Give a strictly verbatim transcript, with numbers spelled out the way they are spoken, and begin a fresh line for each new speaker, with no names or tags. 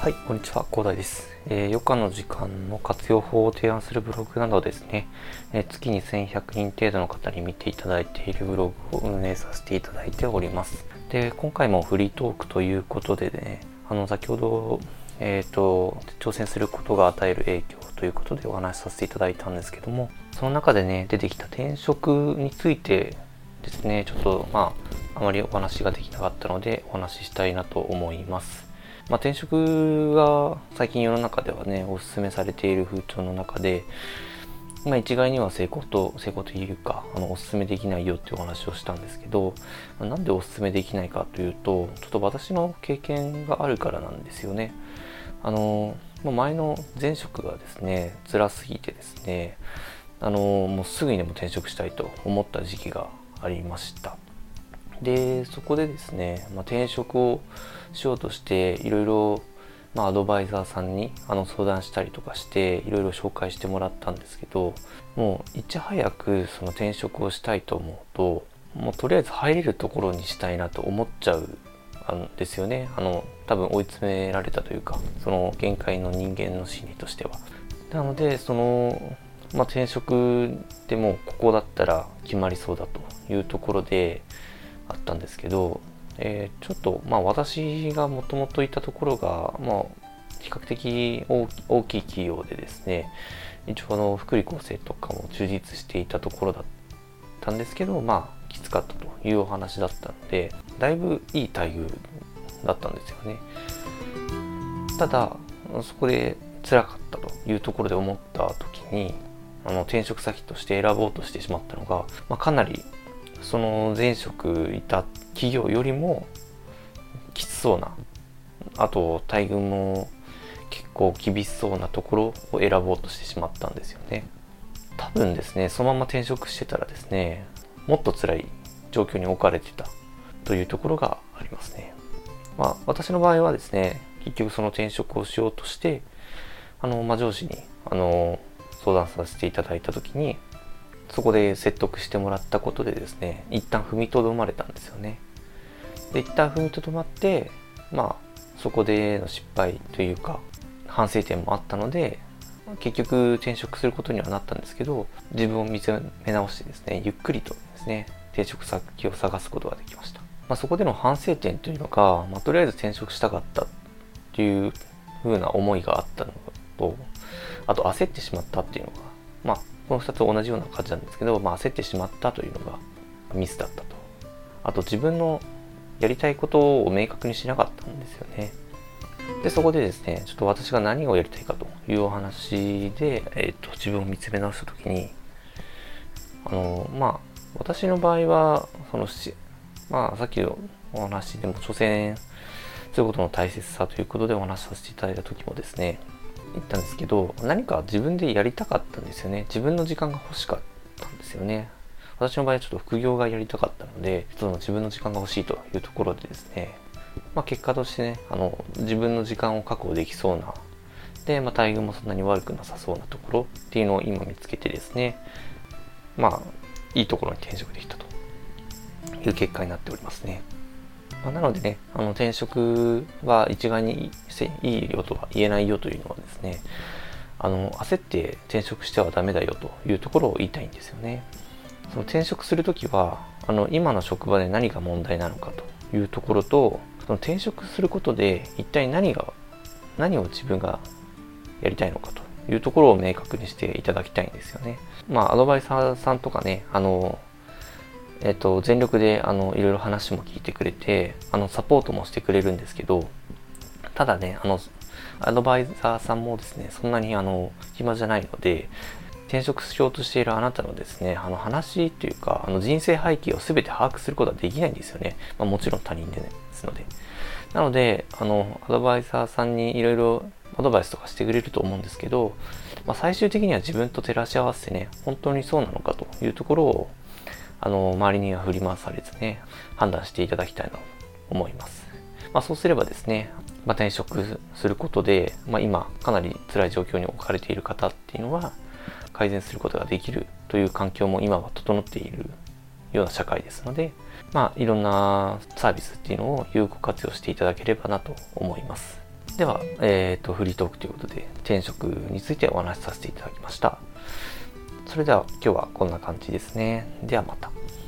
はい、こんにちは、広大です。えー、余暇の時間の活用法を提案するブログなどですね、えー、月にせんひゃくにん程度の方に見ていただいているブログを運営させていただいております。で、今回もフリートークということでね、あの、先ほど、えっと、挑戦することが与える影響ということでお話しさせていただいたんですけども、その中でね、出てきた転職についてですね、ちょっと、まあ、あまりお話ができなかったので、お話ししたいなと思います。まあ、転職が最近世の中ではねお勧めされている風潮の中で、まあ、一概には成功と成功というかあのお勧めできないよっていうお話をしたんですけど、まあ、なんでお勧めできないかというと、ちょっと私の経験があるからなんですよね。あの前の前職がですね辛すぎてですね、あのもうすぐにでも転職したいと思った時期がありました。でそこでですね、まあ、転職をしようとしていろいろまあアドバイザーさんにあの相談したりとかしていろいろ紹介してもらったんですけど、もういち早くその転職をしたいと思うと、もうとりあえず入れるところにしたいなと思っちゃうんですよね。あの多分追い詰められたというか、その限界の人間の心理としては。なのでその、まあ、転職でもここだったら決まりそうだというところであったんですけど、えー、ちょっとまあ私がもともといたところが、まあ、比較的大きい企業でですね、一応の福利厚生とかも充実していたところだったんですけど、まあきつかったというお話だったので、だいぶいい待遇だったんですよね。ただそこで辛かったというところで思った時に、あの転職先として選ぼうとしてしまったのが、まあ、かなりその前職いた企業よりもきつそうな、あと待遇も結構厳しそうなところを選ぼうとしてしまったんですよね。多分ですね、そのまま転職してたらですね、もっと辛い状況に置かれてたというところがありますね。まあ私の場合はですね、結局その転職をしようとして、あの、まあ、上司にあの相談させていただいた時に、そこで説得してもらったことでですね、一旦踏みとどまれたんですよね。で一旦踏みとどまって、まあそこでの失敗というか反省点もあったので、結局転職することにはなったんですけど、自分を見つめ直してですね、ゆっくりとですね転職先を探すことができました。まあ、そこでの反省点というのが、まあ、とりあえず転職したかったっていう風な思いがあったのと、あと焦ってしまったっていうのが、まあこのふたつ同じような感じなんですけど、まあ、焦ってしまったというのがミスだったと。あと自分のやりたいことを明確にしなかったんですよね。でそこでですね、ちょっと私が何をやりたいかというお話で、えー、と自分を見つめ直した時に、あのまあ私の場合はそのまあさっきのお話でも挑戦することの大切さということでお話しさせていただいた時もですね言ったんですけど、何か自分でやりたかったんですよね。自分の時間が欲しかったんですよね。私の場合はちょっと副業がやりたかったので、その自分の時間が欲しいというところでですね、まあ、結果としてね、あの自分の時間を確保できそうな、で、まあ、待遇もそんなに悪くなさそうなところっていうのを今見つけてですね、まあいいところに転職できたという結果になっておりますね。まあ、なのでね、あの転職は一概にいいよとは言えないよというのはですね、あの焦って転職してはダメだよというところを言いたいんですよね。その転職するときは、あの今の職場で何が問題なのかというところと、その転職することで一体何が何を自分がやりたいのかというところを明確にしていただきたいんですよね。まあアドバイザーさんとかね、あのえっと、全力であのいろいろ話も聞いてくれて、あのサポートもしてくれるんですけど、ただね、あのアドバイザーさんもですね、そんなにあの暇じゃないので、転職しようとしているあなたのですね、あの話というか、あの人生背景を全て把握することはできないんですよね。まあ、もちろん他人で、ね、ですので。なので、あのアドバイザーさんにいろいろアドバイスとかしてくれると思うんですけど、まあ、最終的には自分と照らし合わせてね、本当にそうなのかというところをあの周りには振り回されずね、判断していただきたいなと思います。まあ、そうすればですね、まあ、転職することで、まあ、今かなり辛い状況に置かれている方っていうのは改善することができるという環境も今は整っているような社会ですので、まあ、いろんなサービスっていうのを有効活用していただければなと思います。 では、えーと、フリートークということで、転職についてお話しさせていただきました。それでは今日はこんな感じですね。ではまた。